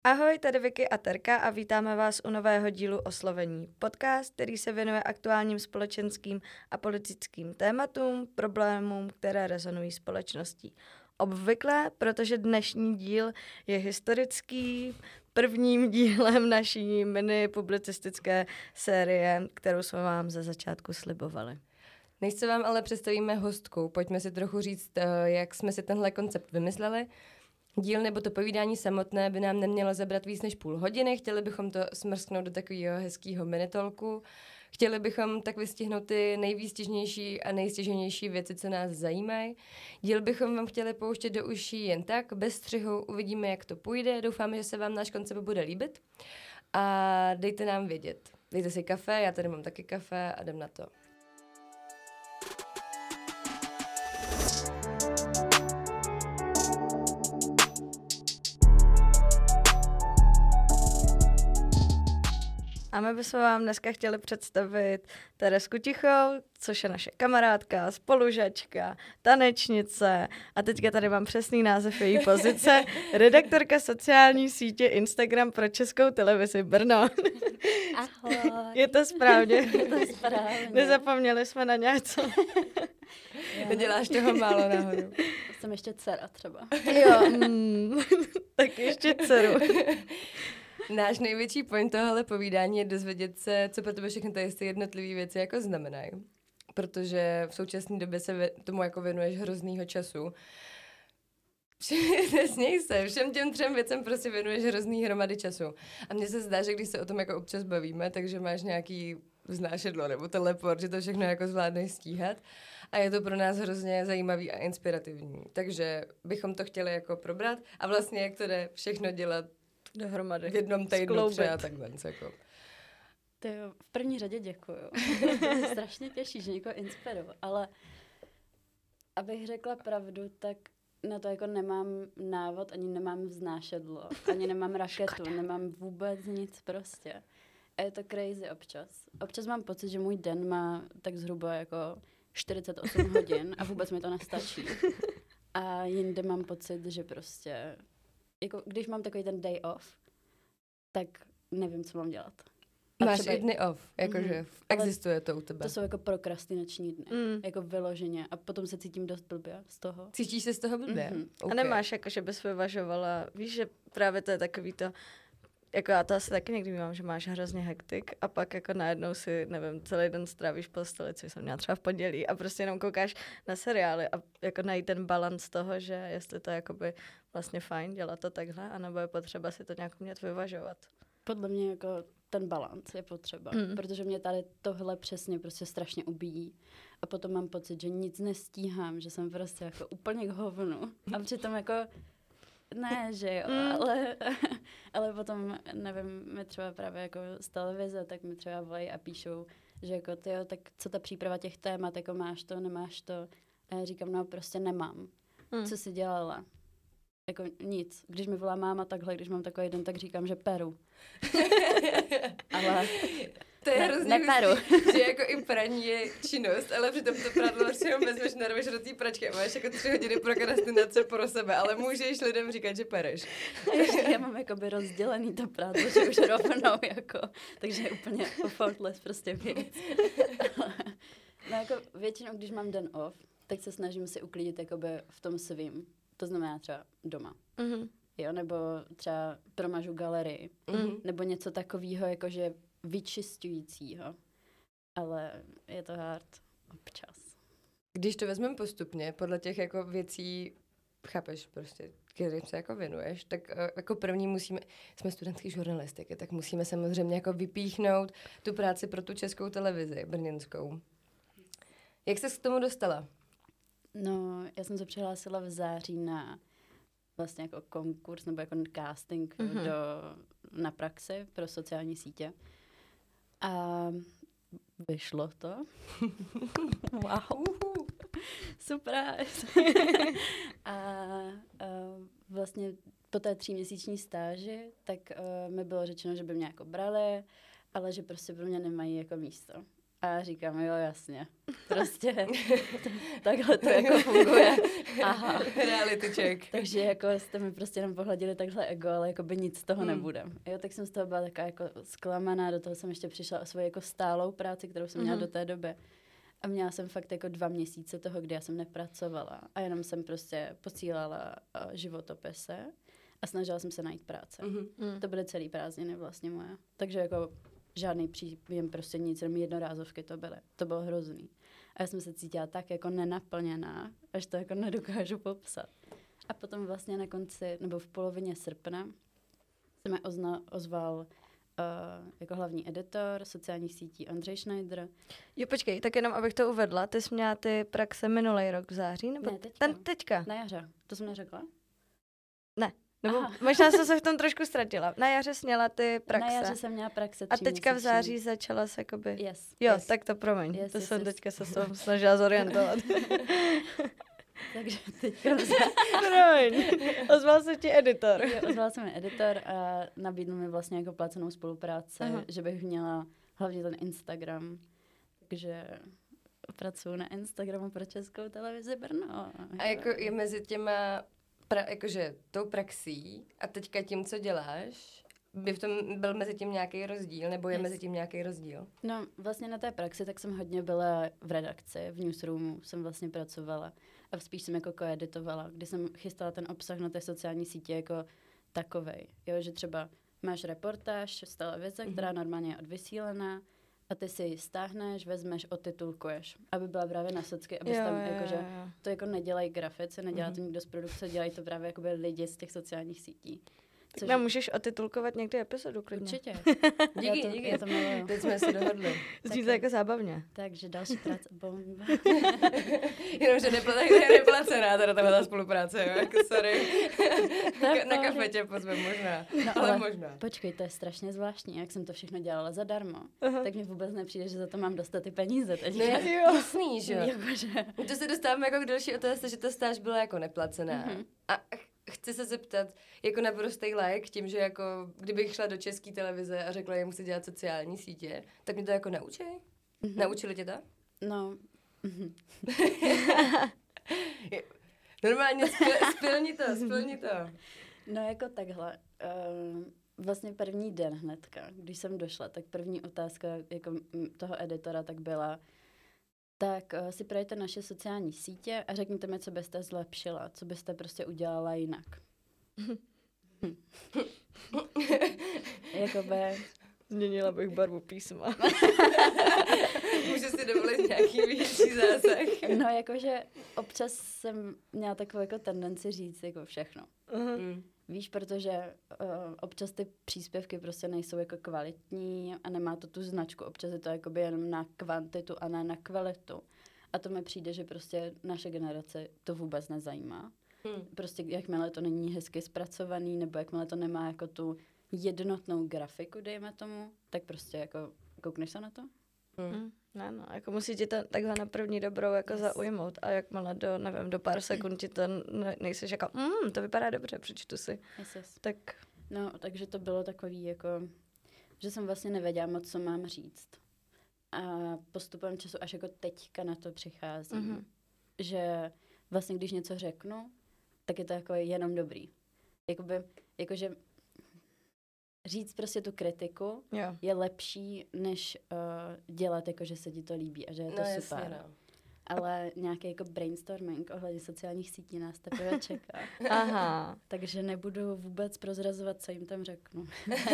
Ahoj, tady Vicky a Terka a vítáme vás u nového dílu Oslovení. Podcast, který se věnuje aktuálním společenským a politickým tématům, problémům, které rezonují společností. Obvykle, protože dnešní díl je historický, prvním dílem naší mini publicistické série, kterou jsme vám ze začátku slibovali. Než se vám ale představíme hostku, pojďme si trochu říct, jak jsme si tenhle koncept vymysleli. Díl nebo to povídání samotné by nám nemělo zabrat víc než půl hodiny, chtěli bychom to smrsknout do takového hezkého minitolku. Chtěli bychom tak vystihnout ty nejvýstižnější a nejstěžejnější věci, co nás zajímají. Díl bychom vám chtěli pouštět do uší jen tak, bez střihu, uvidíme, jak to půjde. Doufáme, že se vám náš koncept bude líbit. A dejte nám vědět. Dejte si kafe, já tady mám taky kafe a jdem na to. A my bychom vám dneska chtěli představit Teresku Tichou, což je naše kamarádka, spolužačka, tanečnice a teďka tady mám přesný název její pozice, redaktorka sociální sítě Instagram pro Českou televizi Brno. Ahoj. Je to správně? Je to správně. Nezapomněli jsme na něco. Neděláš toho málo náhodou. Jsem ještě dcera třeba. Jo, tak ještě dceru. Náš největší point tohohle povídání je dozvědět se, co pro tebe všechny ty jednotlivé věci jako znamenají. Protože v současné době se tomu jako věnuješ hroznýho času. Nesměj se, všem těm 3 věcem prostě věnuješ hrozný hromady času. A mně se zdá, že když se o tom jako občas bavíme, takže máš nějaký vznášedlo nebo teleport, že to všechno jako zvládneš stíhat. A je to pro nás hrozně zajímavý a inspirativní. Takže bychom to chtěli jako probrat a vlastně jak to jde všechno dělat Dohromady. v jednom týdnu Skloubit. třeba takhle. Jako. Tyjo, v první řadě děkuju. Mě strašně těší, že někoho inspiruju, ale abych řekla pravdu, tak na to jako nemám návod, ani nemám vznášedlo, ani nemám raketu, nemám vůbec nic prostě. A je to crazy občas. Občas mám pocit, že můj den má tak zhruba jako 48 hodin a vůbec mi to nestačí. A jinde mám pocit, že prostě, jako když mám takový ten day off, tak nevím, co mám dělat. A Máš třeba i dny off, jakože existuje to u tebe. to jsou jako prokrastinační dny, jako vyloženě. A potom se cítím dost blbě z toho. Cítíš se z toho blbě? A nemáš jako, že bys vyvažovala, víš, že právě to je takový to, jako já to asi taky někdy mám, že máš hrozně hektik a pak jako najednou si, nevím, celý den strávíš v posteli, což jsem měla třeba v pondělí a prostě jenom koukáš na seriály a jako najít ten balans toho, že jestli to je jakoby vlastně fajn dělat to takhle, anebo je potřeba si to nějak umět vyvažovat. Podle mě jako ten balans je potřeba, protože mě tady tohle přesně prostě strašně ubíjí. A potom mám pocit, že nic nestíhám, že jsem prostě jako úplně k hovnu. A přitom jako ne, že jo, ale potom, nevím, mi třeba právě jako z televize, tak mi třeba volají a píšou, že jako tyjo, tak co ta příprava těch témat, jako máš to, nemáš to. A já říkám, no prostě nemám. Co jsi dělala? Jako nic. Když mi volá máma takhle, když mám takový den, tak říkám, že peru. Ale to je hrozně neperu. že jako i praní je činnost, ale přitom to pradlo prostě vezmeš, narveš do té pračky a máš jako 3 hodiny prokrastinace pro sebe, ale můžeš lidem říkat, že pereš. Já mám jakoby rozdělený to prádlo, že už rovnou jako, takže je úplně effortless prostě věc. No jako většinou, když mám den off, tak se snažím si uklidit jakoby v tom svým. To znamená třeba doma. Jo, nebo třeba promažu galerii. Nebo něco takového, jakože vyčišťujícího. Ale je to hard občas. Když to vezmeme postupně, podle těch jako věcí, chápeš prostě, kterým se jako věnuješ, tak jako první jsme studentský žurnalistiky, tak musíme samozřejmě jako vypíchnout tu práci pro tu Českou televizi brněnskou. Jak ses k tomu dostala? No, já jsem se přihlásila v září na vlastně jako konkurs nebo jako casting na praxi pro sociální sítě. A vyšlo to. Wow. Super. a vlastně po té 3měsíční stáži, tak mi bylo řečeno, že by mě jako brali, ale že prostě pro mě nemají jako místo. A já říkám, jo, jasně. Prostě takhle to jako funguje. Aha. Reality check. Takže jako jste mi prostě jenom pohladili takhle ego, ale jako by nic z toho nebude. Jo, tak jsem z toho byla taková jako zklamaná, do toho jsem ještě přišla o svoji jako stálou práci, kterou jsem měla do té doby. A měla jsem fakt jako 2 měsíce toho, kdy já jsem nepracovala a jenom jsem prostě posílala životopisy a snažila jsem se najít práci. To byly celý prázdniny vlastně moje. Takže jako žádný příjem, prostě nic, jenom jednorázovky to byly. To bylo hrozný. A já jsem se cítila tak jako nenaplněná, až to jako nedokážu popsat. A potom vlastně na konci, nebo v polovině srpna se mi ozval jako hlavní editor sociálních sítí Ondřej Schneider. Jo, počkej, tak jenom abych to uvedla, ty jsi měla ty praxe minulý rok v září? Nebo Ne, teďka. teďka? Na jaře. To jsem neřekla? Ne. Nebo možná jsem se v tom trošku ztratila. Na jaře jsi měla ty praxe. Na jaře jsem měla praxe 3 a teďka v měsíční. září začala se jakoby... Yes, Jo, yes. tak to promiň. Yes, To yes, jsem yes. teďka se s tom snažila zorientovat. Takže teďka Promiň. Ozval se ti editor. Jo, ozval se mi editor a nabídl mi vlastně jako placenou spolupráci, že bych měla hlavně ten Instagram. Takže pracuji na Instagramu pro Českou televizi Brno. A jako je mezi těma, jakože tou praxí a teďka tím, co děláš, by v tom byl mezi tím nějaký rozdíl, nebo je mezi tím nějaký rozdíl? No, vlastně na té praxi tak jsem hodně byla v redakci, v newsroomu jsem vlastně pracovala a spíš jsem jako koeditovala, kdy jsem chystala ten obsah na té sociální sítě jako takovej. Jo, že třeba máš reportáž z televize, která normálně je odvysílená a ty si ji stáhneš, vezmeš, otitulkuješ, aby byla právě na socky, abys tam jakože to jako nedělají grafici, nedělá to nikdo z produkce, dělají to právě jakoby lidi z těch sociálních sítí. Tak nám můžeš otitulkovat někdy epizodu klidně. Určitě. Díky. Já to miluju. Teď jsme si dohodli. Zní to jako zábavně. Takže další práce, bomba. Jenomže neplacená teda ta spolupráce, jo, jako sorry. Na kafe tě pozvem možná, No, ale možná. Počkej, to je strašně zvláštní, jak jsem to všechno dělala zadarmo. Tak mi vůbec nepřijde, že za to mám dostat ty peníze teď. No jasný, že jo. Jakože... To se dostáváme jako k další otázce, že ta stáž byla jako neplacená. A chci se zeptat, jako naprostej like, tím, že jako, kdybych šla do České televize a řekla, že musí dělat sociální sítě, tak mě to jako naučí? Naučili tě to? No. Normálně spilni to. No jako takhle. Vlastně první den hnedka, když jsem došla, tak první otázka jako toho editora tak byla, tak si projďte naše sociální sítě a řekněte mi, co byste zlepšila, co byste prostě udělala jinak. Jakoby... Změnila bych barvu písma. Můžu si dovolit nějaký větší zásah. No jakože občas jsem měla takovou jako tendenci říct jako všechno. Víš, protože občas ty příspěvky prostě nejsou jako kvalitní a nemá to tu značku. Občas je to jakoby jenom na kvantitu a ne na kvalitu. A to mi přijde, že prostě naše generace to vůbec nezajímá. Prostě jakmile to není hezky zpracovaný, nebo jakmile to nemá jako tu jednotnou grafiku, dejme tomu, tak prostě jako koukneš se na to? No, jako musí ti to takhle na první dobrou jako zaujmout a jakmile do pár sekund ti to nejseš jako, to vypadá dobře, přečtu si. Yes. Tak... No, takže to bylo takový jako, že jsem vlastně nevěděla moc, co mám říct. A postupem času až jako teďka na to přicházím. Že vlastně když něco řeknu, tak je to jako jenom dobrý. Jakože říct prostě tu kritiku je lepší, než dělat jako, že se ti to líbí a že je to super. Jasně, no. Ale nějaký jako brainstorming ohledně sociálních sítí nás teprve čeká. Aha. Takže nebudu vůbec prozrazovat, co jim tam řeknu.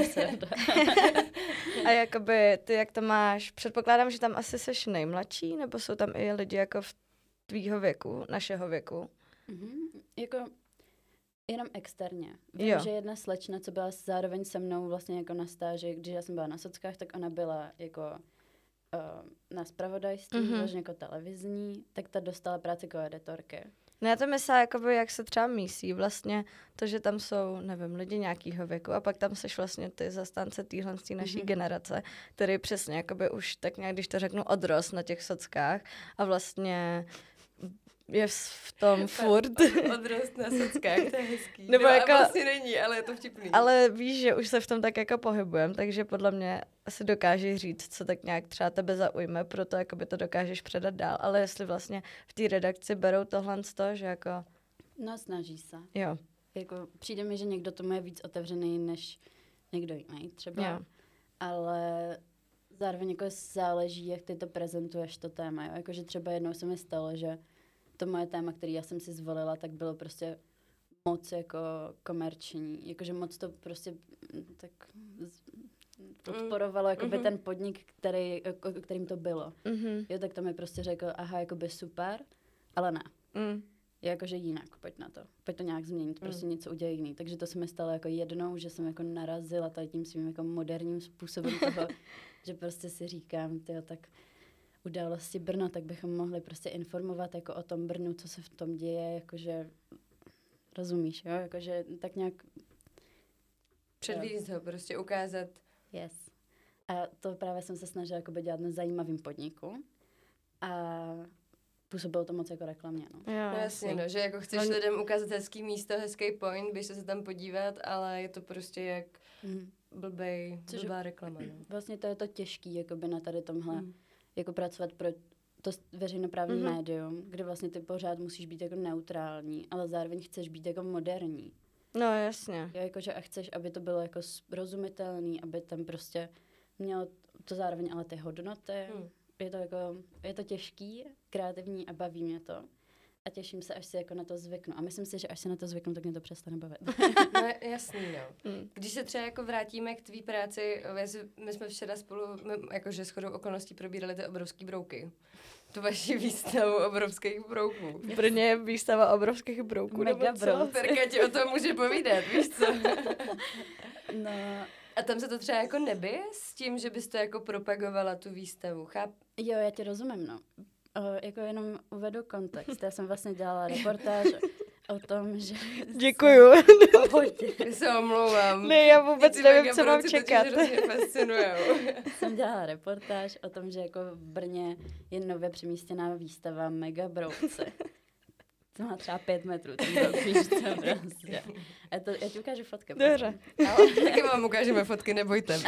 A jakoby ty, jak to máš, předpokládám, že tam asi seš nejmladší, nebo jsou tam i lidi jako v tvýho věku, našeho věku? Jako jenom externě. Vím, že jedna slečna, co byla zároveň se mnou vlastně jako na stáži, když já jsem byla na sockách, tak ona byla jako na zpravodajství, vlastně jako televizní, tak ta dostala práci jako editorky. No já to myslím, jakoby, jak se třeba mísí vlastně to, že tam jsou, nevím, lidi nějakýho věku a pak tam seš vlastně ty zastánce téhle naší generace, který přesně jakoby už tak nějak, když to řeknu, odrost na těch sockách a vlastně je v tom furt. Odrost na sockách, to je hezký. Nebo no, jako, a vlastně není, ale je to vtipný. Ale víš, že už se v tom tak jako pohybujeme, takže podle mě asi dokážeš říct, co tak nějak třeba tebe zaujme, proto jakoby to dokážeš předat dál. Ale jestli vlastně v té redakci berou tohle z toho, že jako... No, snaží se. Jo. Jako, přijde mi, že někdo tomu je víc otevřený než někdo jiný třeba. Jo. Ale zároveň jako záleží, jak ty to prezentuješ, to téma. Jo? Jakože třeba jednou se mi stalo, že to moje téma, který já jsem si zvolila, tak bylo prostě moc jako komerční. Jakože moc to prostě tak podporovalo jakoby ten podnik, kterým to bylo. Jo, tak to mi prostě řekl, aha, jakoby super, ale ne. Jakože jinak, pojď na to. Pojď to nějak změnit, prostě něco udělat jiný. Takže to se mi stalo jako jednou, že jsem jako narazila tady tím svým jako moderním způsobem toho, že prostě si říkám, tyjo, tak události Brno, tak bychom mohli prostě informovat jako o tom Brnu, co se v tom děje, jakože rozumíš, jo, jakože tak nějak předvíst ho, prostě ukázat. Yes. A to právě jsem se snažila jakoby dělat na zajímavým podniku a působilo to moc jako reklamně, no. No jasně, no, že jako chceš lidem ukázat hezký místo, hezký point, běž se tam podívat, ale je to prostě jak blbá reklama, no. Vlastně to je to těžký, jakoby na tady tomhle, jako pracovat pro to veřejnoprávní médium, kde vlastně ty pořád musíš být jako neutrální, ale zároveň chceš být jako moderní. No jasně. Jo, jakože a chceš, aby to bylo jako rozumitelný, aby tam prostě mělo to zároveň ale ty hodnoty. Je to těžký, kreativní a baví mě to. A těším se, až si jako na to zvyknu. A myslím si, že až se na to zvyknu, tak mě to přestane bavit. No jasný, no. Když se třeba jako vrátíme k tvý práci, my jsme včera spolu, jakože shodou okolností probírali ty obrovský brouky. Tu vaši výstavu obrovských brouků. V Brně je výstava obrovských brouků. Mega brouk. Terka ti o tom může povídat, víš co? No. A tam se to třeba jako nebije s tím, že bys to jako propagovala tu výstavu, Jo, já ti rozumím, no. Jako jenom uvedu kontext. Já jsem vlastně dělala reportáž o tom, že... Děkuju. Já se omlouvám. Ne, já vůbec nevím, co mám čekat. Mě fascinujou. Jsem dělala reportáž o tom, že jako v Brně je nově přemístěná výstava Mega Brouci. To má třeba 5 metrů, ten brouk, víš co, prostě. Já ti ukážu fotky. Dobře. Taky vám ukážeme fotky, nebojte.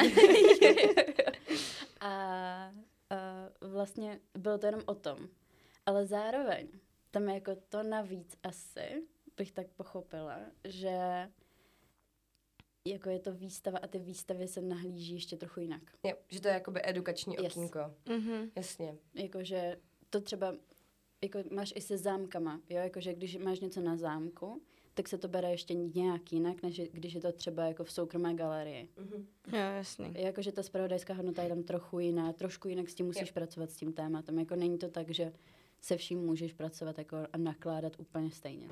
A vlastně bylo to jenom o tom. Ale zároveň tam je jako to navíc asi, bych tak pochopila, že jako je to výstava a ty výstavy se nahlíží ještě trochu jinak. Jo, že to je jakoby edukační okýnko. Jasně. Jakože to třeba jako máš i se zámkama, jo, jakože když máš něco na zámku, tak se to bere ještě nějak jinak, než když je to třeba jako v soukromé galerii. Jo, jasný. Jakože ta zpravodajská hodnota je tam trochu jiná, trošku jinak s tím musíš pracovat s tím tématem. Jako není to tak, že se vším můžeš pracovat jako a nakládat úplně stejně.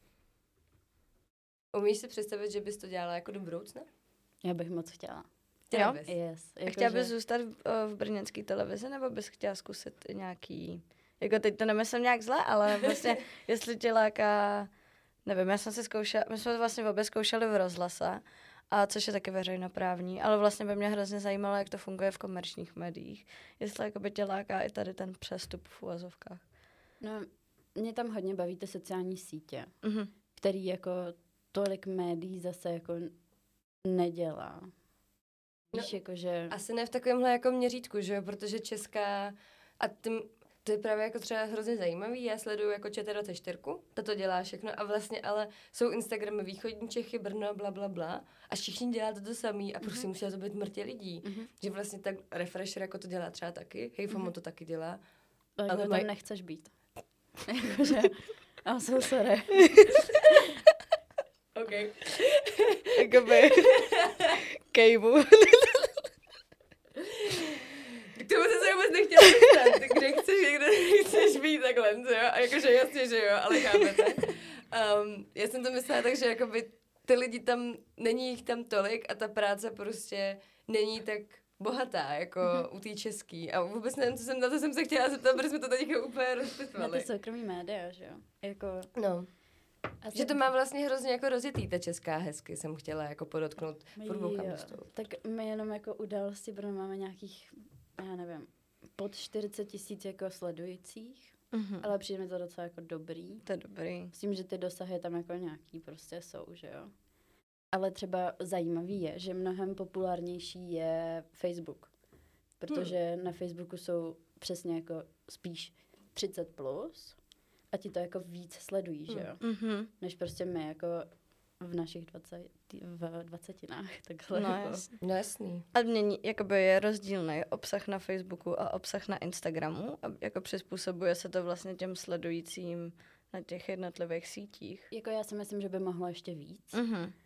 Umíš si představit, že bys to dělala jako do budoucna? Já bych moc chtěla. Jo? Yes. A chtěla bys zůstat v brněnské televizi, nebo bys chtěla zkusit nějaký... Jako teď to nemyslím nějak zle, ale vlastně, jestli tě láká... Nevím, my jsme vlastně obě zkoušeli v rozhlase, a což je taky veřejnoprávní, ale vlastně by mě hrozně zajímalo, jak to funguje v komerčních médiích. Jestli jako by tě láká i tady ten přestup v uvozovkách. No, mě tam hodně baví ty sociální sítě, který jako tolik médií zase jako nedělá. Víš, jako že... Asi ne v takovémhle jako měřítku, že jo, protože česká... A to je právě jako třeba hrozně zajímavý, já sleduju jako ČT24, to dělá všechno a vlastně ale jsou Instagramy Východní Čechy, Brno, bla, bla, bla a všichni děláte to samý a prostě musí to být mrtě lidí. Že vlastně tak Refresher jako to dělá třeba taky, Hejfomo to taky dělá. Ale tam nechceš být. Jakože, I'm so sorry. OK. Jakoby kejvu. K tomu jsem se vůbec nechtěla dostat, kde chceš být takhle, jo? A jakože jasně, že jo, ale chápete. Já jsem to myslela tak, že jakoby ty lidi tam, není jich tam tolik a ta práce prostě není tak bohatá, jako u té český. A vůbec nevím, na to jsem se chtěla zeptat, protože jsme to teď úplně rozpitvali. Na ty soukromý média, že jo? Jako... No. Že to má vlastně hrozně jako rozjetý, ta česká hezky, jsem chtěla jako podotknout. Tak my jenom jako události Brno máme nějakých, já nevím, pod 40 000 jako sledujících. ale přijde mi to docela jako dobrý. To je dobrý. Myslím, že ty dosahy tam jako nějaký prostě jsou, že jo. Ale třeba zajímavý je, že mnohem populárnější je Facebook. Protože na Facebooku jsou přesně jako spíš 30 plus a ti to jako víc sledují, že jo. Než prostě my jako v našich 20 takhle. No, jako. jasně. No jasný. A mění, jakoby je rozdílný obsah na Facebooku a obsah na Instagramu a jako přizpůsobuje se to vlastně těm sledujícím na těch jednotlivých sítích. Jako já si myslím, že by mohlo ještě víc,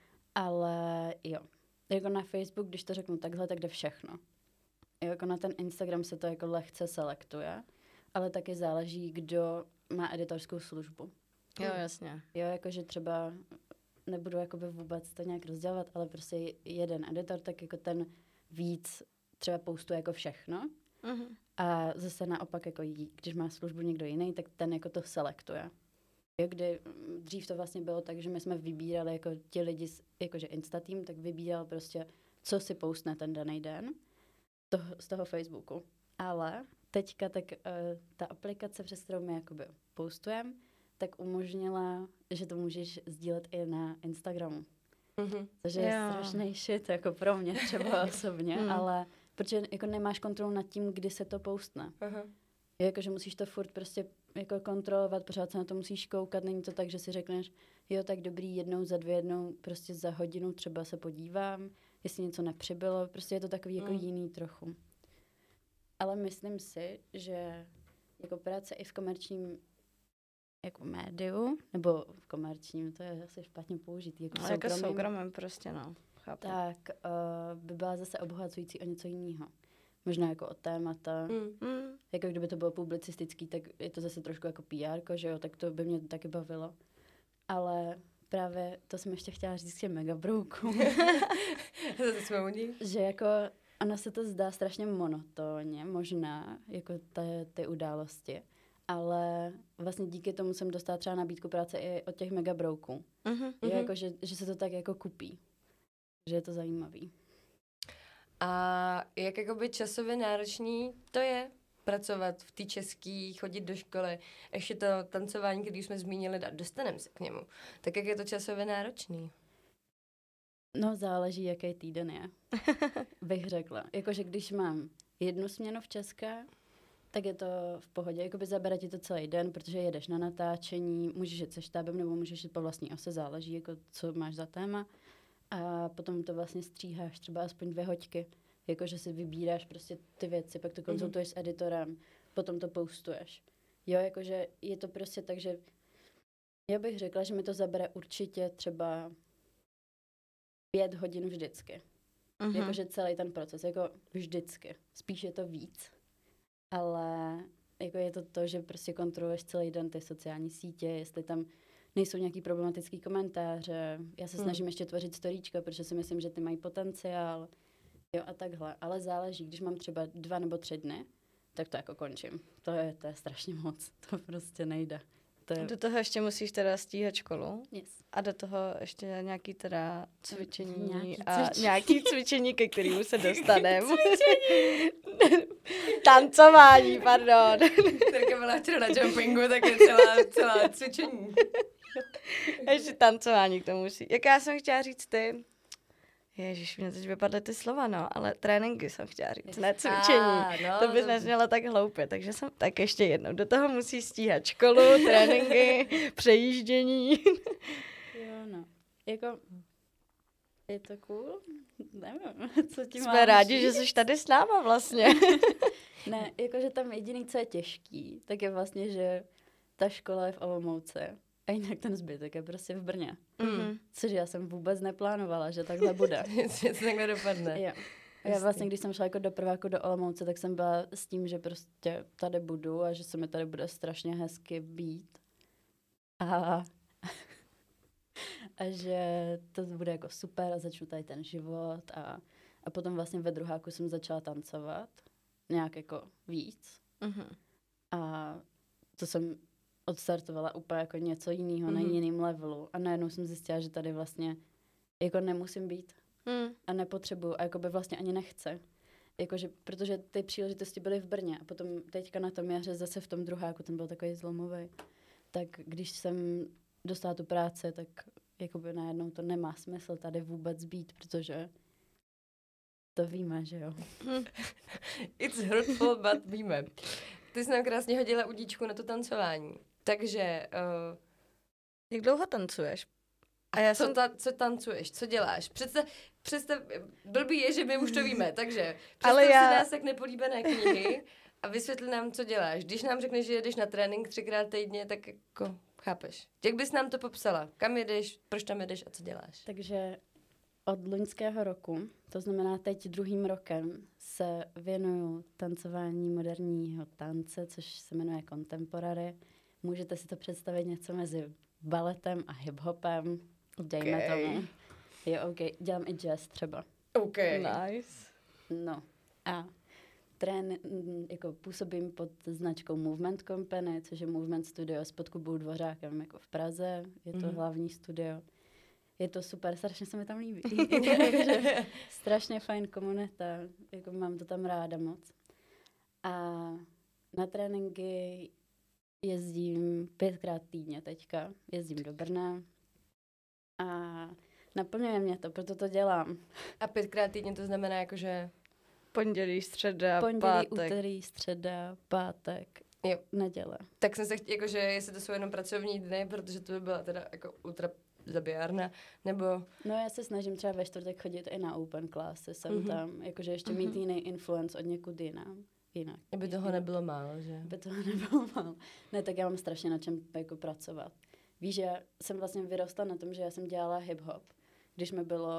ale jo. Jako na Facebook, když to řeknu takhle, tak jde všechno. Jako na ten Instagram se to jako lehce selektuje, ale taky záleží, kdo má editorskou službu. Jo, jasně. Jo, jakože třeba nebudu jakoby vůbec to nějak rozdělovat, ale prostě jeden editor, tak jako ten víc třeba postuje jako všechno. A zase naopak, jako když má službu někdo jiný, tak ten jako to selektuje. Jo, kdy dřív to vlastně bylo tak, že my jsme vybírali jako ti lidi, jakože Instateam, tak vybíral prostě, co si postne ten daný den z toho Facebooku. Ale teďka tak ta aplikace, přes kterou my jakoby postujeme, tak umožnila, že to můžeš sdílet i na Instagramu. Takže je strašný shit, jako pro mě třeba osobně, ale protože jako nemáš kontrolu nad tím, kdy se to postne. Je jako, že musíš to furt prostě jako kontrolovat, pořád se na to musíš koukat, není to tak, že si řekneš, jo, tak dobrý, jednou za 2, jednou prostě za hodinu třeba se podívám, jestli něco nepřibylo, prostě je to takový jako jiný trochu. Ale myslím si, že jako práce i v komerčním jako médiu, nebo v komerčním, to je asi špatně použitý, jako soukromým prostě, no. Chápu. Tak by byla zase obohacující o něco jiného. Možná jako o témata. Jako kdyby to bylo publicistický, tak je to zase trošku jako PR, že jo, tak to by mě taky bavilo. Ale právě to jsem ještě chtěla říct k těm megabroukům. Zase jsme u ní. Že jako ono se to zdá strašně monotónně, možná, jako ty události. Ale vlastně díky tomu jsem dostala třeba nabídku práce i od těch megabrouků. Jako, že se to tak jako kupí. Že je to zajímavý. A jak jakoby časově náročný to je pracovat v té české, chodit do školy, ještě to tancování, když jsme zmínili, dostaneme se k němu. Tak jak je to časově náročný? No, záleží, jaký týden je, bych řekla. Jakože když mám 1 směnu v české, tak je to v pohodě. Jakoby zabere ti to celý den, protože jedeš na natáčení, můžeš jít se štábem nebo můžeš jít po vlastní ose, záleží, jako co máš za téma. A potom to vlastně stříháš třeba aspoň 2 hoďky. Jakože si vybíráš prostě ty věci, pak to konzultuješ s editorem, potom to postuješ. Jo, jakože je to prostě tak, že já bych řekla, že mi to zabere určitě třeba 5 hodin vždycky. Jakože celý ten proces, jako vždycky. Spíš je to víc. Ale jako je to, že prostě kontroluješ celý den ty sociální sítě, jestli tam nejsou nějaký problematický komentáře. Já se snažím ještě tvořit storíčka, protože si myslím, že ty mají potenciál. Jo, a takhle. Ale záleží, když mám třeba 2 nebo 3 dny, tak to jako končím. To je strašně moc. To prostě nejde. Do toho ještě musíš teda stíhat školu. Yes. A do toho ještě nějaký teda cvičení nějaký cvičení, ke kterému se dostaneme. Tancování, pardon. Terka byla včera na jumpingu, tak je celá cvičení. A ještě tancování k tomu musí. Jak já jsem chtěla říct ty? Ježiš, mě teď vypadly ty slova, no, ale tréninky jsem chtěla říct, ne cvičení. To by neznělo tak hloupě, takže jsem tak ještě jednou. Do toho musí stíhat školu, tréninky, přejíždění. Jo, no. Jako, je to cool? Nevím, co ti Jsme rádi, že jsi tady s náma vlastně. Ne, jakože tam jediný, co je těžký, tak je vlastně, že ta škola je v Olomouci. A jinak ten zbytek je prostě v Brně. Což já jsem vůbec neplánovala, že takhle bude. Že to takhle dopadne. Jo. Já vlastně, když jsem šla jako do prváku do Olomouce, tak jsem byla s tím, že prostě tady budu a že se mi tady bude strašně hezky být. A že to bude jako super a začnu tady ten život. A potom vlastně ve druháku jsem začala tancovat. Nějak jako víc. A to jsem odstartovala úplně jako něco jiného na jiném levelu. A najednou jsem zjistila, že tady vlastně jako nemusím být. A nepotřebuju. A jako by vlastně ani nechci. jakože, protože ty příležitosti byly v Brně a potom teďka na tom jaře zase v tom druháku, ten byl takový zlomový. Tak když jsem dostala tu práci, tak jakoby najednou to nemá smysl tady vůbec být, protože to víme, že jo. It's hurtful, but víme. Ty jsi nám krásně hodila udíčku na to tancování. Takže... Jak dlouho tancuješ? A já co tancuješ? Co děláš? Představ, blbý je, že my už to víme, takže Ale představ si nás jak nepolíbené knihy a vysvětli nám, co děláš. Když nám řekneš, že jedeš na trénink 3x týdně, tak jako chápeš. Jak bys nám to popsala? Kam jedeš, proč tam jedeš a co děláš? Takže od loňského roku, to znamená teď 2. rokem, se věnuju tancování moderního tance, což se jmenuje contemporary. Můžete si to představit něco mezi baletem a hip-hopem, dejme tomu. Jo, okay. Dělám i jazz třeba. OK. Nice. No a jako působím pod značkou Movement Company, což je Movement Studio s pod Kubou Dvořákem jako v Praze. Je to hlavní studio. Je to super, strašně se mi tam líbí. Strašně fajn komunita, jako mám to tam ráda moc. A na tréninky jezdím 5krát týdně teďka. Jezdím do Brna a naplňuje mě to, proto to dělám. A 5krát týdně to znamená jakože... Pondělí, středa, Pondělí, pátek. úterý, středa, pátek, Jo. neděle. Tak jsem se jakože jestli to jsou jenom pracovní dny, protože to by byla teda jako ultra zabijárna, nebo... No já se snažím třeba ve čtvrtek chodit i na open classy, jsem tam, jakože ještě mít jiný influence od někud jinak. Aby toho nebylo málo, že? Aby toho nebylo málo. Ne, tak já mám strašně na čem jako pracovat. Víš, že já jsem vlastně vyrostla na tom, že já jsem dělala hip-hop, když mi bylo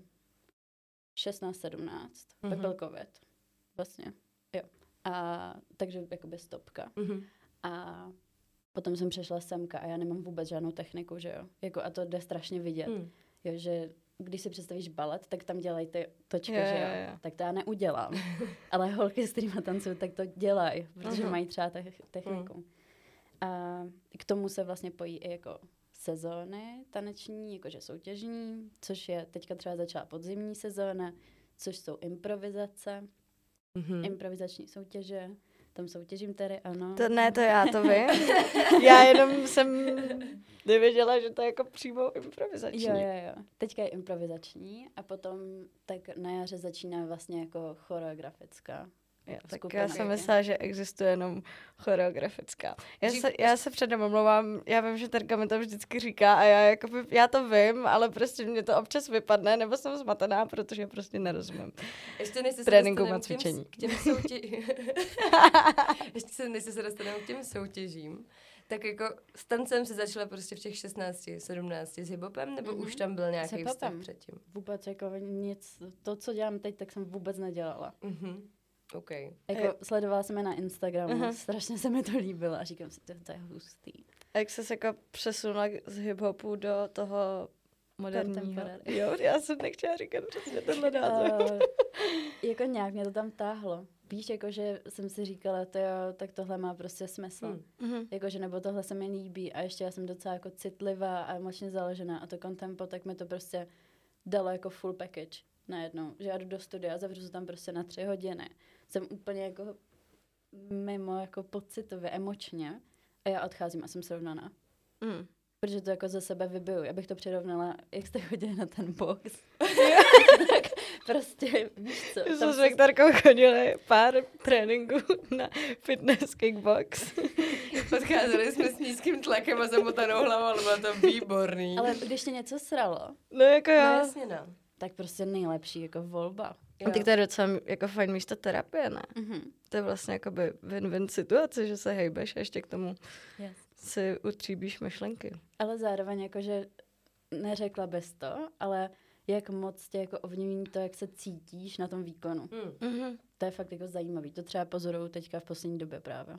16-17, pak byl covid. Vlastně, jo. A takže jakoby stopka. A potom jsem přešla semka a já nemám vůbec žádnou techniku, že jo. Jako, a to jde strašně vidět. Jo, že když si představíš balet, tak tam dělají ty točky, že jo. Tak to já neudělám. Ale holky, s kterými tancují, tak to dělají, protože mají třeba techniku. A k tomu se vlastně pojí i jako sezóny taneční, jakože soutěžní, což je teďka třeba začala podzimní sezóna, což jsou improvizace, improvizační soutěže. Tam soutěžím tedy, ano. To já to vím. Já jenom jsem nevěděla, že to je jako přímo improvizační. Jo. Teďka je improvizační a potom tak na jaře začíná vlastně jako choreografická. Tak já jsem myslela, že existuje jenom choreografická. Já se předem omlouvám, já vím, že Terka mi to vždycky říká a já to vím, ale prostě mě to občas vypadne, nebo jsem zmatená, protože prostě nerozumím. Ještě než se tréninkům a cvičení. Ještě než se dostaneme k těm soutěžím, tak jako s tancem se začala prostě v těch 16, 17 s hiphopem, nebo už tam byl nějaký vztah předtím? Vůbec jako nic, to, co dělám teď, tak jsem vůbec nedělala. Okay. Jako sledovala jsem je na Instagramu, strašně se mi to líbilo a říkám si, to je hustý. A jak jsi jako přesunula z hiphopu do toho moderního? Jo, já jsem nechtěla říkat přesně tenhle název. Jako nějak mě to tam táhlo. Víš, jakože jsem si říkala, tak tohle má prostě smysl. Jakože nebo tohle se mi líbí a ještě já jsem docela jako citlivá a emočně založená a to contempo, tak mi to prostě dalo jako full package najednou. Že já jdu do studia, zavřu se tam prostě na 3 hodiny. Jsem úplně jako mimo jako pocitově, emočně a já odcházím a jsem srovnaná. Protože to jako ze sebe vybiju. Já bych to přirovnala, jak jste chodili na ten box. Tak prostě, víš co. My jsme s Viktorkou chodili pár tréninků na fitness kickbox. Odcházeli jsme s nízkým tlakem a zamotanou hlavou, ale bylo to výborný. Ale když tě něco sralo, no jako jo. No jasně no. Tak prostě nejlepší jako volba. A tak to je docela jako fajn místo terapie, ne? To je vlastně jakoby win-win situace, že se hejbeš a ještě k tomu si utříbíš myšlenky. Ale zároveň jakože neřekla bys to, ale jak moc tě jako ovlivní to, jak se cítíš na tom výkonu. To je fakt jako zajímavý. To třeba pozoruju teďka v poslední době právě.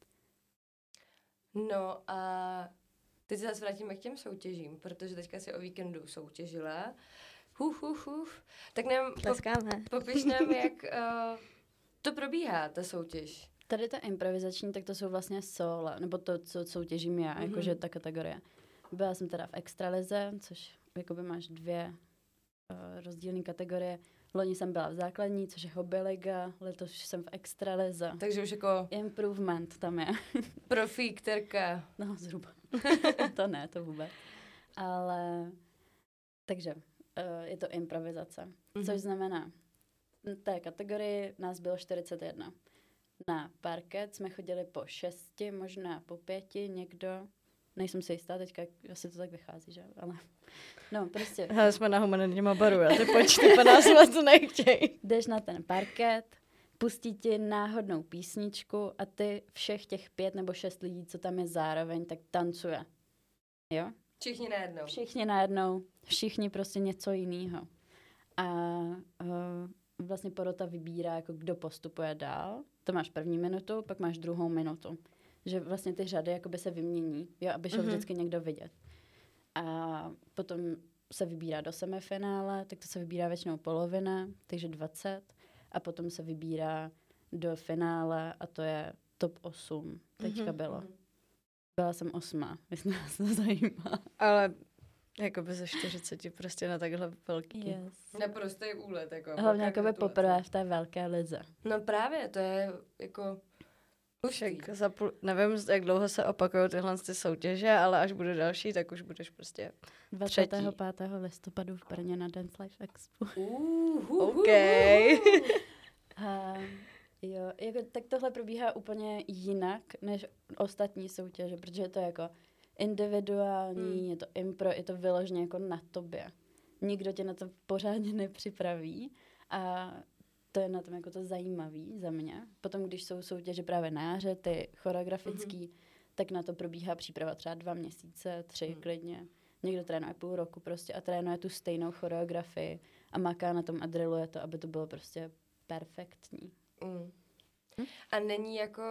No a teď se zase vrátíme k těm soutěžím, protože teďka si o víkendu soutěžila. Tak nám popiš nám, jak to probíhá, ta soutěž. Tady ta improvizační, tak to jsou vlastně sóla, nebo to, co soutěžím já, jakože ta kategorie. Byla jsem teda v extralize, což jakoby máš 2 rozdílné kategorie. Loni jsem byla v základní, což je hobby liga, letos už jsem v extralize. Takže už jako Improvement tam je. profíkterka. No, zhruba. To ne, to vůbec. Ale, takže je to improvizace, což znamená, v té kategorii nás bylo 41. Na parket jsme chodili po 6, možná po 5, někdo. Nejsem si jistá teďka, asi to tak vychází, že? Ale no, prostě. Hele, jsme na humanitním oboru a ty počty po nás moc nechtějí. Jdeš na ten parket, pustí ti náhodnou písničku a ty všech těch 5 nebo 6 lidí, co tam je zároveň, tak tancuje. Jo? Všichni najednou. Všichni najednou, všichni prostě něco jiného. A vlastně porota vybírá, jako kdo postupuje dál. To máš první minutu, pak máš druhou minutu. Že vlastně ty řady jakoby se vymění, jo, aby šel vždycky někdo vidět. A potom se vybírá do semifinále, tak to se vybírá většinou polovina, takže 20. A potom se vybírá do finále a to je top 8. Teďka bylo. Byla jsem 8, jestli nás to zajímá. Ale jakoby ze 40 prostě na takhle velký. Yes. Naprostý úlet. Jako, Hlavně jakoby poprvé v té velké lize. No právě, to je jako Však nevím, jak dlouho se opakují tyhle ty soutěže, ale až bude další, tak už budeš prostě 25. listopadu v Brně na Dance Life Expo. OK. Jo, jako, tak tohle probíhá úplně jinak než ostatní soutěže, protože to je jako individuální, je to impro, je to vyloženě jako na tobě. Nikdo tě na to pořádně nepřipraví a to je na tom jako to zajímavý za mě. Potom, když jsou soutěže právě na jaře, ty choreografický, tak na to probíhá příprava třeba 2 měsíce, 3 klidně. Někdo trénuje půl roku prostě a trénuje tu stejnou choreografii a maká na tom a drilluje to, aby to bylo prostě perfektní. A není jako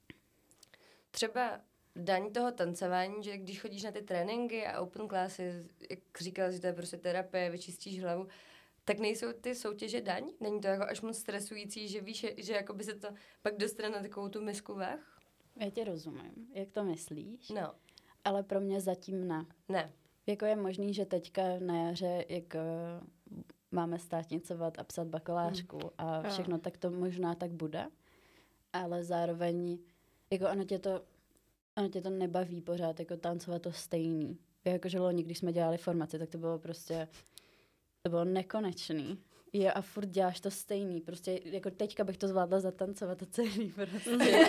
třeba daň toho tancování, že když chodíš na ty tréninky a open classy, jak říkala, že to je prostě terapie, vyčistíš hlavu, tak nejsou ty soutěže daň? Není to jako až moc stresující, že víš, že jako by se to pak dostane na takovou tu misku vah? Já tě rozumím, jak to myslíš, No. ale pro mě zatím ne. Ne. Jako je možný, že teďka na jaře, jak máme státnicovat a psat bakalářku a všechno, tak to možná tak bude, ale zároveň jako ono tě to nebaví pořád jako tancovat to stejný. Jakože loni, když jsme dělali formaci, tak to bylo prostě, to bylo nekonečný. Jo, a furt děláš to stejný. Prostě jako teďka bych to zvládla zatancovat to celý prostě.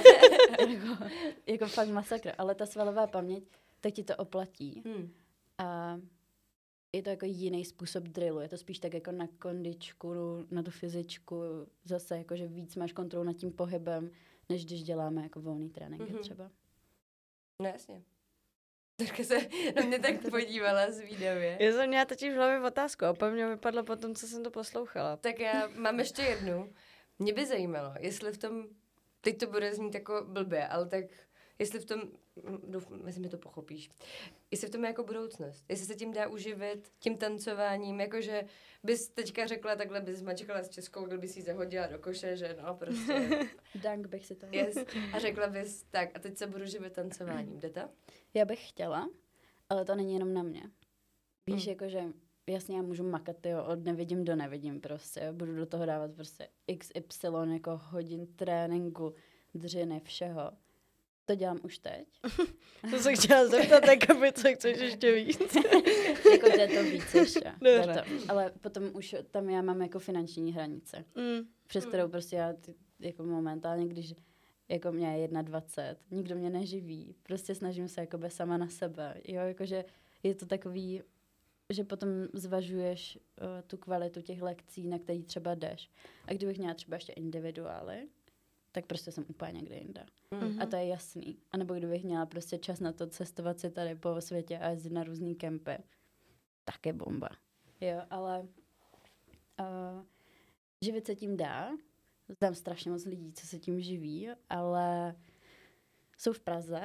jako fakt masakr. Ale ta svalová paměť, tak ti to oplatí. A je to jako jiný způsob drillu. Je to spíš tak jako na kondičku, na tu fyzičku. Zase jako, že víc máš kontrolu nad tím pohybem, než když děláme jako volný tréninky třeba. No jasně. Trošku se na mě tak podívala zvídavě. Já jsem měla totiž v hlavě otázku a úplně mě vypadlo po tom, co jsem to poslouchala. Tak já mám ještě jednu. Mě by zajímalo, jestli v tom, teď to bude znít jako blbě, ale tak jestli v tom, myslím, že to pochopíš, jestli v tom je jako budoucnost, jestli se tím dá uživit, tím tancováním, jakože bys teďka řekla, takhle bys mačkala s Českou, kdyby si ji zahodila do koše, že no prostě. Dank bych si to. Yes. A řekla bys, tak a teď se budu živit tancováním, jde to? Já bych chtěla, ale to není jenom na mě. Víš, jakože jasně já můžu makat, jo, od nevidím do nevidím prostě, budu do toho dávat prostě XY jako hodin tréninku, dřiny, všeho. To dělám už teď. To se chtěla zeptat, jakoby, co chceš ještě víc. Jako to je to víc ještě. Dobře. Ale potom už tam já mám jako finanční hranice, přes kterou prostě já jako momentálně, když jako mě je 21, nikdo mě neživí, prostě snažím se jakoby sama na sebe, jo, jakože je to takový, že potom zvažuješ tu kvalitu těch lekcí, na který třeba jdeš. A kdybych měla třeba ještě individuály, tak prostě jsem úplně někde jinde. A to je jasný. A nebo kdybych měla prostě čas na to cestovat si tady po světě a jezdit na různý kempy, tak je bomba. Jo, ale živit se tím dá. Znám strašně moc lidí, co se tím živí, ale jsou v Praze.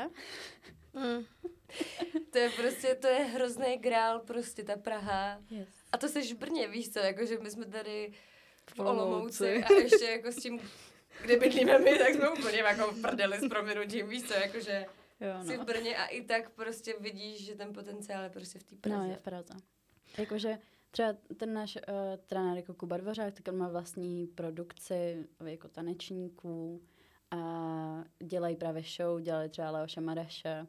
To je hrozný grál, prostě ta Praha. Yes. A to jsi v Brně, víš co, jakože my jsme tady v Olomouci a ještě jako s tím, kde bydlíme my, tak jsme úplně jako v prdeli s prominutím, víš co, jakože jsi v Brně a i tak prostě vidíš, že ten potenciál je prostě v té Praze. No, je v Praze. Jakože Třeba ten náš trenér jako Kuba Dvořák, tak on má vlastní produkci jako tanečníků a dělají právě show, dělali třeba Leoše Mareše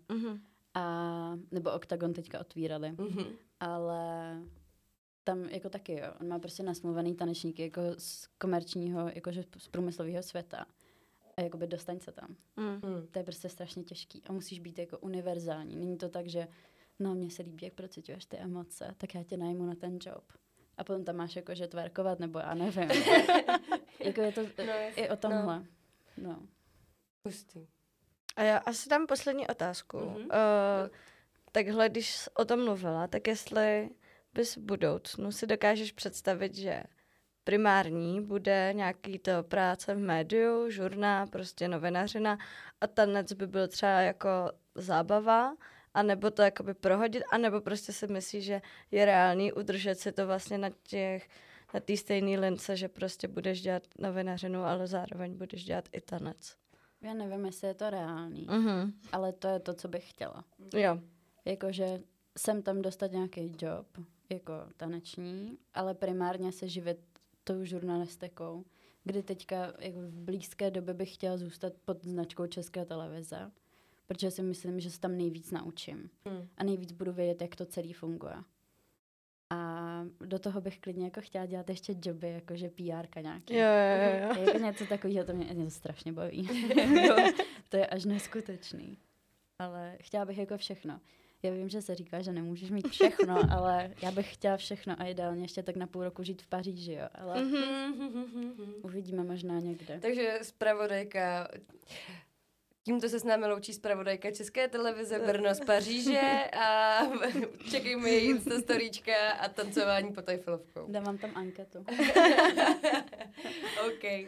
a nebo Octagon teďka otvírali. Ale tam jako taky, jo. On má prostě nasmluvaný tanečníky jako z komerčního, jakože z průmyslového světa. A jakoby dostaň se tam. To je prostě strašně těžký. A musíš být jako univerzální. Není to tak, že no, mně se líbí, jak procituješ ty emoce, tak já tě najmu na ten job. A potom tam máš jako, že tverkovat, nebo já nevím. Jako je to i o tomhle. No. Pustý. A já asi dám poslední otázku. Takhle, když jsi o tom mluvila, tak jestli bys v budoucnu si dokážeš představit, že primární bude nějaký to práce v médiu, žurnál, prostě novinařina a tanec by byl třeba jako zábava, anebo to jakoby prohodit, anebo prostě si myslíš, že je reálný udržet si to vlastně na té stejné lince, že prostě budeš dělat novinařinu, ale zároveň budeš dělat i tanec. Já nevím, jestli je to reálný, ale to je to, co bych chtěla. Jo. Jakože jsem tam dostat nějaký job, jako taneční, ale primárně se živit tou žurnalistikou, kdy teďka jako v blízké době bych chtěla zůstat pod značkou České televize, protože si myslím, že se tam nejvíc naučím a nejvíc budu vědět, jak to celý funguje. A do toho bych klidně jako chtěla dělat ještě joby, jakože PRka nějaký. Jo. Jako něco takového, to mě to strašně baví. To je až neskutečný. Ale chtěla bych jako všechno. Já vím, že se říká, že nemůžeš mít všechno, ale já bych chtěla všechno a ideálně ještě tak na půl roku žít v Paříži, jo. Ale uvidíme možná někde. Takže zpravodajka, tímto se s námi loučí zpravodajka České televize Brno z Paříže a čekejme její instastoríčka a tancování pod Eiffelovkou. Dám vám tam anketu. OK.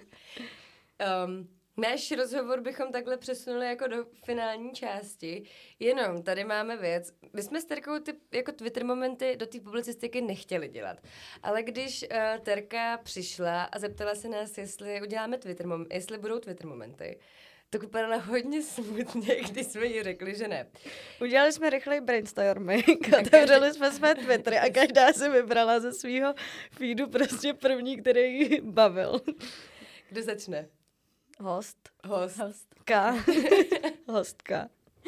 Náš rozhovor bychom takhle přesunuli jako do finální části, jenom tady máme věc. My jsme s Terkou ty jako Twitter momenty do té publicistiky nechtěli dělat, ale když Terka přišla a zeptala se nás, jestli uděláme jestli budou Twitter momenty, to vypadalo hodně smutně, když jsme jí řekli, že ne. Udělali jsme rychlej brainstorming, otevřeli jsme své Twittery a každá si vybrala ze svého feedu prostě první, který ji bavil. Kdo začne? Host. Hostka.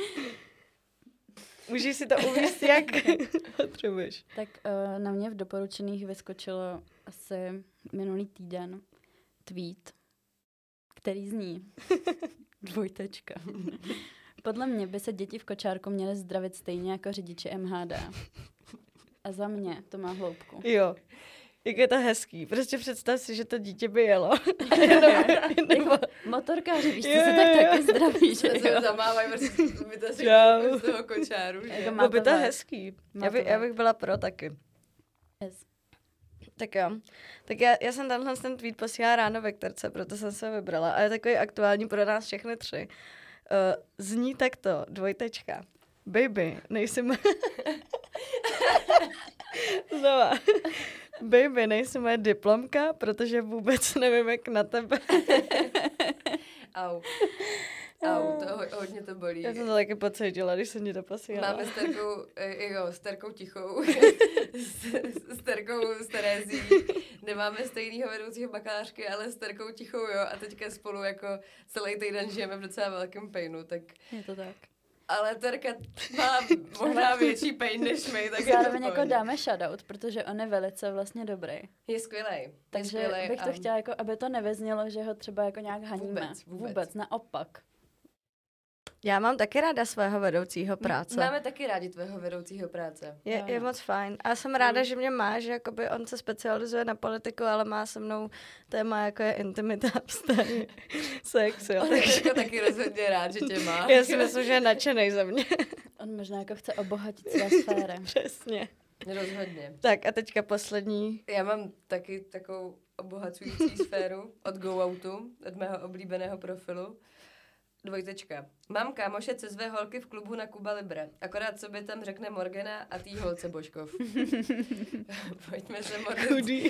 Můžeš si to uvést, jak potřebuješ. Tak na mě v doporučených vyskočilo asi minulý týden tweet, který zní dvojtečka. Podle mě by se děti v kočárku měly zdravit stejně jako řidiči MHD. A za mě to má hloubku. Jo. Jak je to hezký. Prostě představ si, že to dítě by jelo. Motorkáři, víš, co se tak taky zdraví, že jo? Zamávají z toho kočáru. Bylo by to hezký. Já bych byla pro taky. Yes. Tak jo. Tak já jsem tenhle ten tweet posílala ráno Vektorce, proto jsem se vybrala. A je takový aktuální pro nás všechny tři. Zní takto, dvojtečka. Baby, nejsem... Znova. Baby, nejsem moje diplomka, protože vůbec nevím, jak na tebe. Au, to hodně to bolí. Já jsem to taky pocítila, když jsem ti to posílala. Máme s Terkou Tichou, s Terkou s Terezí. Nemáme stejného vedoucího bakalářky, ale s Terkou Tichou, jo. A teďka spolu jako celý týden žijeme v docela velkém painu, tak... Je to tak. Ale Terka má možná větší pain než my, tak zároveň jako dáme shoutout, protože on je velice vlastně dobrý. Je skvělej. Takže bych to chtěla, jako, aby to nevyznělo, že ho třeba jako nějak haníme. Vůbec, naopak. Já mám taky ráda svého vedoucího práce. Máme taky rádi tvého vedoucího práce. Je moc fajn. A jsem ráda, že mě má, že jakoby on se specializuje na politiku, ale má se mnou téma, jako je intimita, vztahy, sex, jo. Takže taky rozhodně rád, že tě má. Já si myslím, že je nadšenej za mě. On možná jako chce obohatit své sféry. Přesně. Rozhodně. Tak a teďka poslední. Já mám taky takovou obohacující sféru od Go Outu, od mého oblíbeného profilu. Dvojtečka. Mám kámoše CSV holky v klubu na Cuba Libre. Akorát sobě tam řekne Morgana a tý holce Božkov. Pojďme se modlit.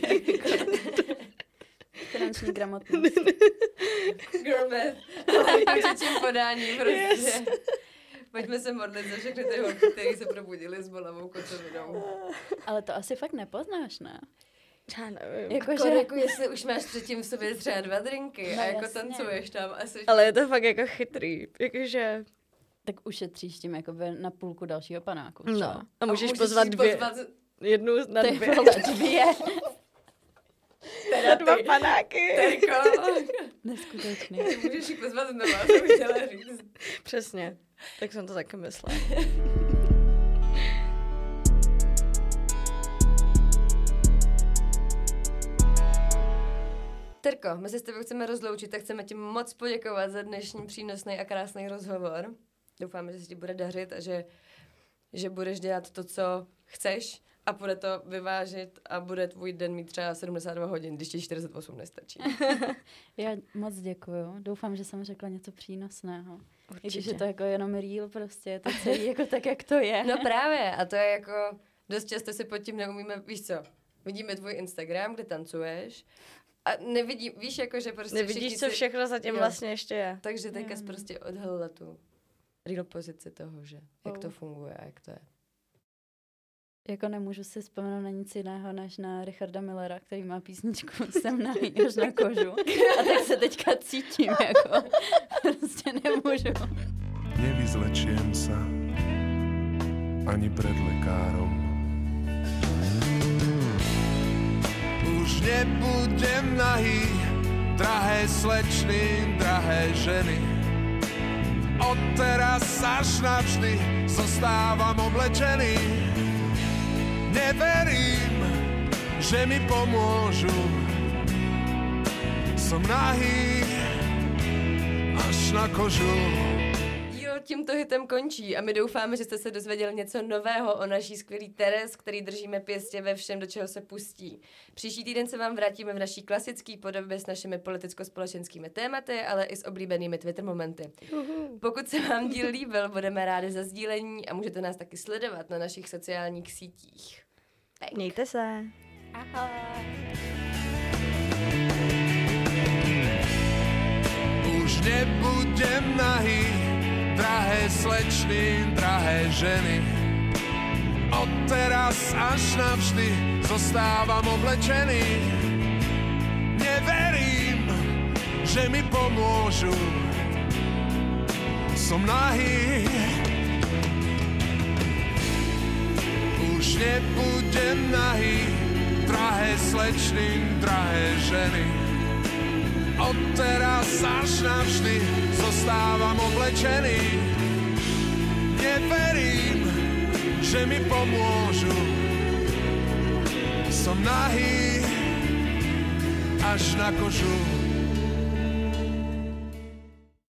Finanční gramotnost. Girl math. Ale dítěčím podání prostě. Yes. Pojďme se modlit za všechny ty holky, které se probudily s bolavou kocovinou. Ale to asi fakt nepoznáš, ne? Já nevím. Jako jestli už máš předtím v sobě třeba 2 drinky No, a jako jasně. tancuješ tam a jsi... Ale je to fakt jako chytrý. Jakože, Tak ušetříš tím jakoby na půlku dalšího panáku. třeba. no. A můžeš jí pozvat dvě. Jednu na Ty 2. vole, 2. Na 2 panáky. Terko, Neskutečný. můžeš jí pozvat znova, to bych chtěla říct. Přesně. Tak jsem to taky myslela. Terko, my se s tebou chceme rozloučit, tak chceme ti moc poděkovat za dnešní přínosný a krásný rozhovor. Doufáme, že se ti bude dařit a že budeš dělat to, co chceš a bude to vyvážit a bude tvůj den mít třeba 72 hodin, když ti 48 nestačí. Já moc děkuju. Doufám, že jsem řekla něco přínosného. I když Určitě. je to jako jenom real prostě, je to celý jako tak, jak to je. No právě, a to je jako, dost často si pod tím neumíme, víš co, vidíme tvůj Instagram, kde tancuješ a nevidí, víš jako, že prostě Nevidíš, co všechno zatím Jo. vlastně ještě je. Takže teďka Jo. jsi prostě odhalila tu real pozici toho, že jak to Oh. funguje a jak to je. Jako nemůžu si vzpomenout na nic jiného, než na Richarda Millera, který má písničku Jsem nahý až na kožu. A tak se teďka cítím, jako prostě nemůžu. Nevyzlečiem sa ani pred lekárom. Už nebudem nahý, drahé slečny, drahé ženy. Odteraz až navždy zostávam oblečený. Neverím, že mi pomôžu. Som nahý až na kožu. Díl tímto hitem končí a my doufáme, že jste se dozvěděli něco nového o naší skvělý Teres, který držíme pěstě ve všem, do čeho se pustí. Příští týden se vám vrátíme v naší klasické podobě s našimi politicko-společenskými tématy, ale i s oblíbenými Twitter momenty. Pokud se vám díl líbil, budeme rádi za sdílení a můžete nás taky sledovat na našich sociálních sítích. Mějte se. Už nebudem nahý, drahé slečny, drahé ženy. Odteraz až navždy zostávam oblečený. Neverím, že mi pomôžu. Som nahý. Už nebudem nahý, drahé slečny, drahé ženy. Odteraz až navždy zostávam oblečený. Neverím, že mi pomôžu. Som nahý až na kožu.